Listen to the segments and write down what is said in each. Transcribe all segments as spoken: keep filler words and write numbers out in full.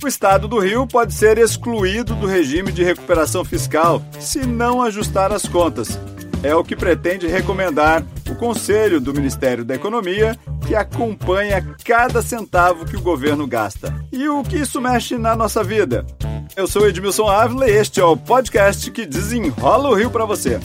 O Estado do Rio pode ser excluído do regime de recuperação fiscal se não ajustar as contas. É o que pretende recomendar o Conselho do Ministério da Economia, que acompanha cada centavo que o governo gasta. E o que isso mexe na nossa vida? Eu sou Edmilson Ávila e este é o podcast que desenrola o Rio para você.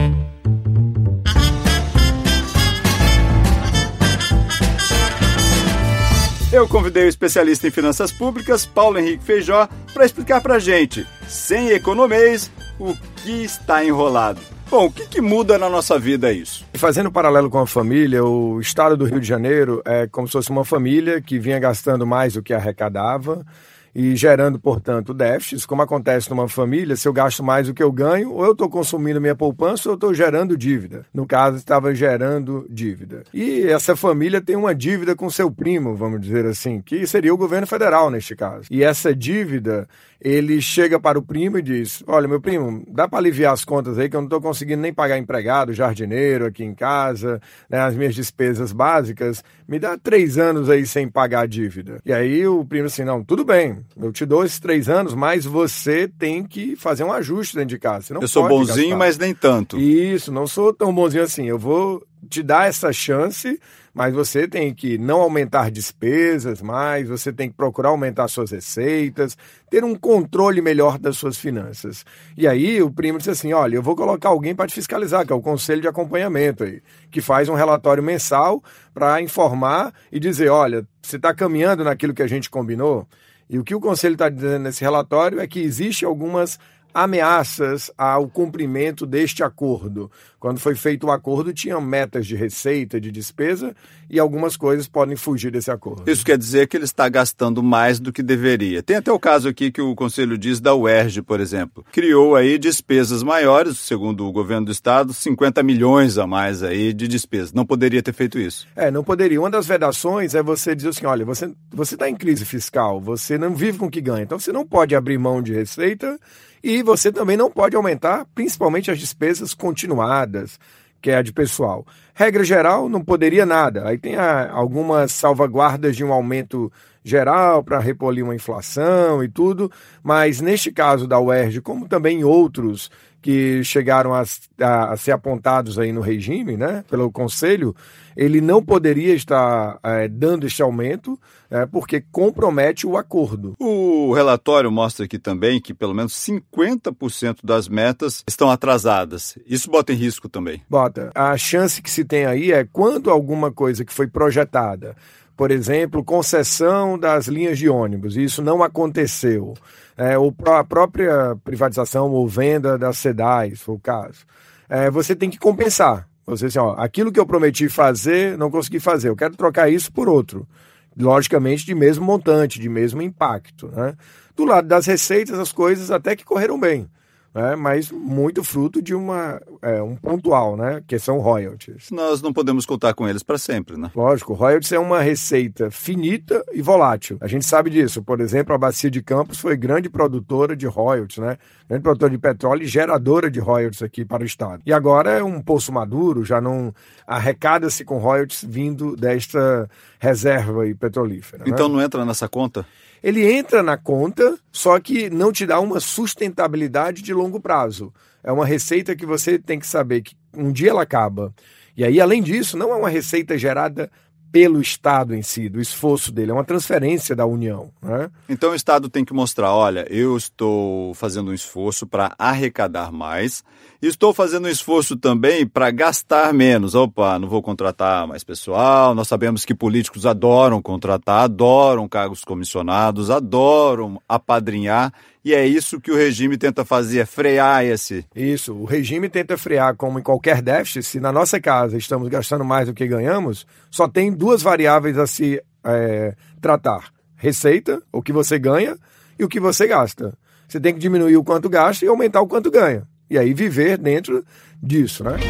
Eu convidei o especialista em finanças públicas, Paulo Henrique Feijó, para explicar para a gente, sem economês, o que está enrolado. Bom, o que, que muda na nossa vida isso? Fazendo um paralelo com a família, o estado do Rio de Janeiro é como se fosse uma família que vinha gastando mais do que arrecadava e gerando, portanto, déficits. Como acontece numa família, se eu gasto mais do que eu ganho, ou eu estou consumindo minha poupança ou eu estou gerando dívida. No caso, estava gerando dívida. E essa família tem uma dívida com seu primo, vamos dizer assim, que seria o governo federal neste caso. E essa dívida, ele chega para o primo e diz, olha, meu primo, dá para aliviar as contas aí que eu não estou conseguindo nem pagar empregado, jardineiro aqui em casa, né, as minhas despesas básicas, me dá três anos aí sem pagar a dívida. E aí o primo assim, não, tudo bem, eu te dou esses três anos, mas você tem que fazer um ajuste dentro de casa. Você não eu sou pode bonzinho, gastar. Mas nem tanto. Isso, não sou tão bonzinho assim. Eu vou te dar essa chance, mas você tem que não aumentar despesas mais, você tem que procurar aumentar suas receitas, ter um controle melhor das suas finanças. E aí o primo disse assim, olha, eu vou colocar alguém para te fiscalizar, que é o Conselho de Acompanhamento aí, que faz um relatório mensal para informar e dizer, olha, você está caminhando naquilo que a gente combinou? E o que o Conselho está dizendo nesse relatório é que existem algumas ameaças ao cumprimento deste acordo. Quando foi feito o acordo, tinham metas de receita, de despesa, e algumas coisas podem fugir desse acordo. Isso quer dizer que ele está gastando mais do que deveria. Tem até o caso aqui que o Conselho diz da U E R J, por exemplo. Criou aí despesas maiores, segundo o governo do estado, cinquenta milhões a mais aí de despesas. Não poderia ter feito isso. É, não poderia. Uma das vedações é você dizer assim, olha, você você está em crise fiscal, você não vive com o que ganha, então você não pode abrir mão de receita e você também não pode aumentar, principalmente as despesas continuadas, que é a de pessoal. Regra geral, não poderia nada. Aí tem a, algumas salvaguardas de um aumento geral para repolir uma inflação e tudo, mas neste caso da U E R J, como também em outros que chegaram a, a, a ser apontados aí no regime, né, pelo Conselho, ele não poderia estar é, dando este aumento, é, porque compromete o acordo. O relatório mostra aqui também que pelo menos cinquenta por cento das metas estão atrasadas. Isso bota em risco também. Bota. A chance que se tem aí é quando alguma coisa que foi projetada, por exemplo, concessão das linhas de ônibus, e isso não aconteceu, é, ou a própria privatização ou venda das SEDAI, se for o caso, é, você tem que compensar. Você assim, ó, aquilo que eu prometi fazer, não consegui fazer, eu quero trocar isso por outro. Logicamente de mesmo montante, de mesmo impacto, né? Do lado das receitas, as coisas até que correram bem, né? Mas muito fruto de uma, é, um pontual, né? Que são royalties. Nós não podemos contar com eles para sempre, né? Lógico, royalties é uma receita finita e volátil. A gente sabe disso. Por exemplo, a Bacia de Campos foi grande produtora de royalties, né? Grande produtora de petróleo e geradora de royalties aqui para o estado. E agora é um poço maduro, já não arrecada-se com royalties vindo desta reserva aí petrolífera. Então né? Não entra nessa conta? Ele entra na conta, só que não te dá uma sustentabilidade de longo prazo. É uma receita que você tem que saber que um dia ela acaba. E aí, além disso, não é uma receita gerada pelo Estado em si, do esforço dele, é uma transferência da União, né? Então o Estado tem que mostrar, olha, eu estou fazendo um esforço para arrecadar mais, e estou fazendo um esforço também para gastar menos. Opa, não vou contratar mais pessoal, nós sabemos que políticos adoram contratar, adoram cargos comissionados, adoram apadrinhar, e é isso que o regime tenta fazer, é frear esse... Isso, o regime tenta frear, como em qualquer déficit. Se na nossa casa estamos gastando mais do que ganhamos, só tem duas variáveis a se é, tratar. Receita, o que você ganha, e o que você gasta. Você tem que diminuir o quanto gasta e aumentar o quanto ganha. E aí viver dentro disso, né?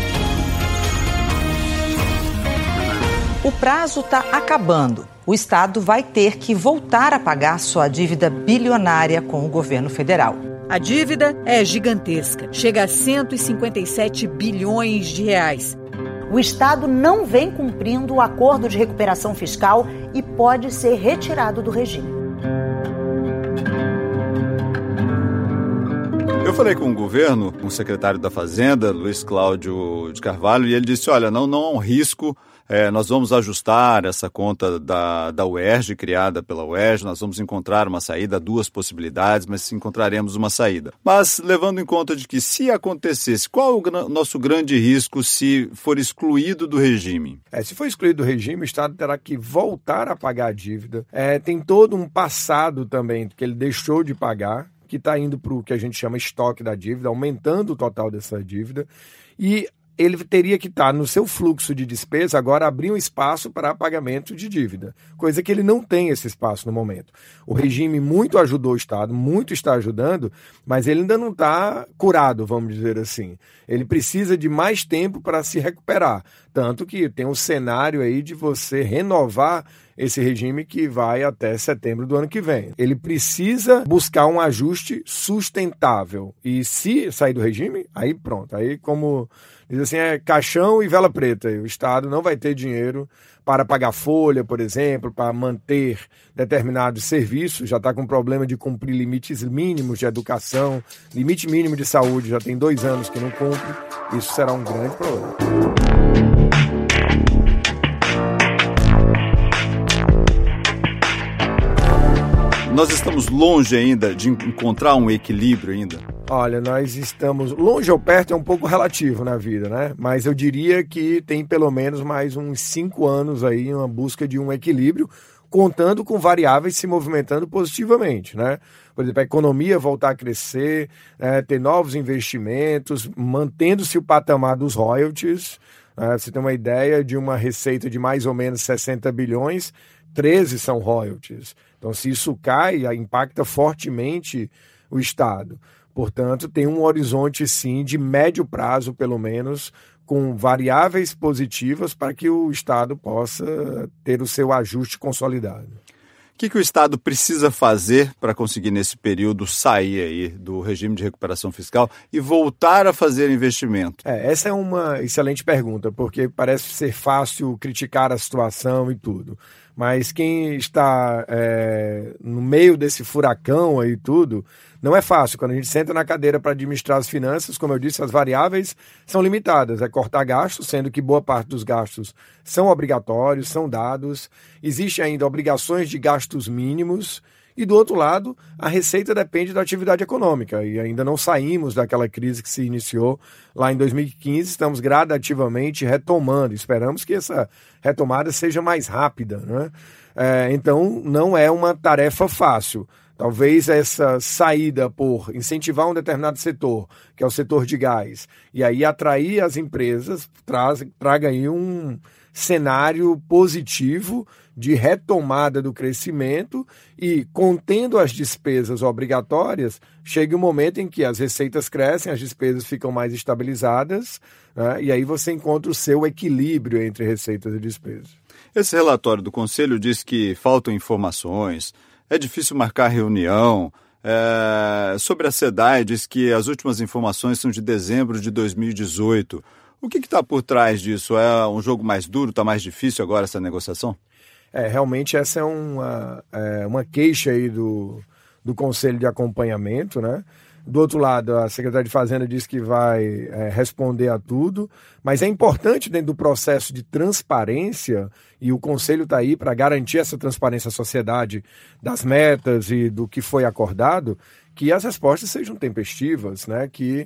O prazo está acabando. O Estado vai ter que voltar a pagar sua dívida bilionária com o governo federal. A dívida é gigantesca, chega a cento e cinquenta e sete bilhões de reais. O Estado não vem cumprindo o acordo de recuperação fiscal e pode ser retirado do regime. Eu falei com o governo, com o secretário da Fazenda, Luiz Cláudio de Carvalho, e ele disse, olha, não, não há um risco, é, nós vamos ajustar essa conta da, da U E R J, criada pela U E R J, nós vamos encontrar uma saída, duas possibilidades, mas encontraremos uma saída. Mas levando em conta de que se acontecesse, qual é o nosso grande risco se for excluído do regime? É, se for excluído do regime, o Estado terá que voltar a pagar a dívida. É, tem todo um passado também que ele deixou de pagar, que está indo para o que a gente chama estoque da dívida, aumentando o total dessa dívida, e ele teria que estar no seu fluxo de despesa agora abrir um espaço para pagamento de dívida, coisa que ele não tem esse espaço no momento. O regime muito ajudou o Estado, muito está ajudando, mas ele ainda não está curado, vamos dizer assim. Ele precisa de mais tempo para se recuperar, tanto que tem um cenário aí de você renovar esse regime que vai até setembro do ano que vem. Ele precisa buscar um ajuste sustentável. E se sair do regime, aí pronto. Aí, como diz assim, é caixão e vela preta. O Estado não vai ter dinheiro para pagar folha, por exemplo, para manter determinados serviços. Já está com problema de cumprir limites mínimos de educação, limite mínimo de saúde, já tem dois anos que não cumpre. Isso será um grande problema. Nós estamos longe ainda de encontrar um equilíbrio ainda? Olha, nós estamos longe ou perto, é um pouco relativo na vida, né? Mas eu diria que tem pelo menos mais uns cinco anos aí uma busca de um equilíbrio, contando com variáveis se movimentando positivamente, né? Por exemplo, a economia voltar a crescer, é, ter novos investimentos, mantendo-se o patamar dos royalties. É, você tem uma ideia de uma receita de mais ou menos sessenta bilhões, treze são royalties. Então, se isso cai, impacta fortemente o Estado. Portanto, tem um horizonte, sim, de médio prazo, pelo menos, com variáveis positivas para que o Estado possa ter o seu ajuste consolidado. O que, que o Estado precisa fazer para conseguir, nesse período, sair aí do regime de recuperação fiscal e voltar a fazer investimento? É, essa é uma excelente pergunta, porque parece ser fácil criticar a situação e tudo. Mas quem está é, no meio desse furacão aí tudo, não é fácil. Quando a gente senta na cadeira para administrar as finanças, como eu disse, as variáveis são limitadas. É cortar gastos, sendo que boa parte dos gastos são obrigatórios, são dados. Existem ainda obrigações de gastos mínimos. E, do outro lado, a receita depende da atividade econômica. E ainda não saímos daquela crise que se iniciou lá em dois mil e quinze. Estamos gradativamente retomando. Esperamos que essa retomada seja mais rápida, né? É, então, não é uma tarefa fácil. Talvez essa saída por incentivar um determinado setor, que é o setor de gás, e aí atrair as empresas, traz, traga aí um cenário positivo de retomada do crescimento e, contendo as despesas obrigatórias, chega um momento em que as receitas crescem, as despesas ficam mais estabilizadas, né? E aí você encontra o seu equilíbrio entre receitas e despesas. Esse relatório do Conselho diz que faltam informações, é difícil marcar reunião. É... Sobre a SEDAI, diz que as últimas informações são de dezembro de dois mil e dezoito. O que está por trás disso? É um jogo mais duro? Está mais difícil agora essa negociação? É, realmente essa é uma, é, uma queixa aí do, do Conselho de Acompanhamento, né? Do outro lado, a Secretaria de Fazenda diz que vai é, responder a tudo, mas é importante dentro do processo de transparência, e o Conselho está aí para garantir essa transparência à sociedade das metas e do que foi acordado, que as respostas sejam tempestivas, né? Que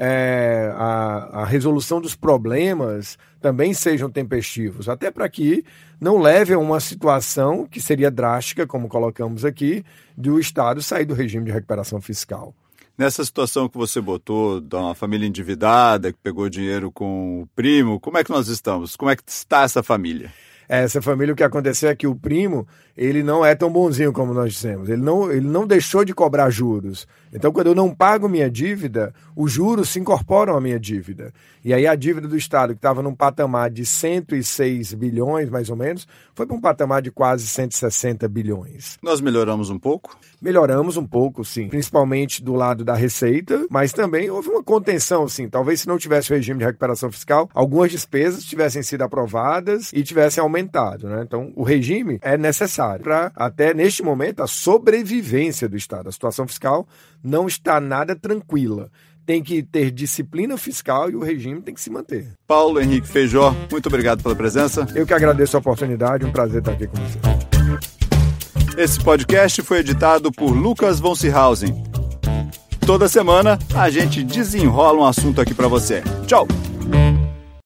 é, a, a resolução dos problemas também sejam tempestivos, até para que não leve a uma situação que seria drástica, como colocamos aqui, do Estado sair do regime de recuperação fiscal. Nessa situação que você botou, de uma família endividada, que pegou dinheiro com o primo, como é que nós estamos? Como é que está essa família? Essa família, o que aconteceu é que o primo, ele não é tão bonzinho como nós dissemos. Ele não, ele não deixou de cobrar juros. Então, quando eu não pago minha dívida, os juros se incorporam à minha dívida. E aí a dívida do Estado, que estava num patamar de cento e seis bilhões, mais ou menos, foi para um patamar de quase cento e sessenta bilhões. Nós melhoramos um pouco? Melhoramos um pouco, sim. Principalmente do lado da receita, mas também houve uma contenção, sim. Talvez se não tivesse o regime de recuperação fiscal, algumas despesas tivessem sido aprovadas e tivessem aumentado aumentado, né? Então, o regime é necessário para, até neste momento, a sobrevivência do Estado. A situação fiscal não está nada tranquila. Tem que ter disciplina fiscal e o regime tem que se manter. Paulo Henrique Feijó, muito obrigado pela presença. Eu que agradeço a oportunidade, um prazer estar aqui com você. Esse podcast foi editado por Lucas von Seehausen. Toda semana a gente desenrola um assunto aqui para você. Tchau!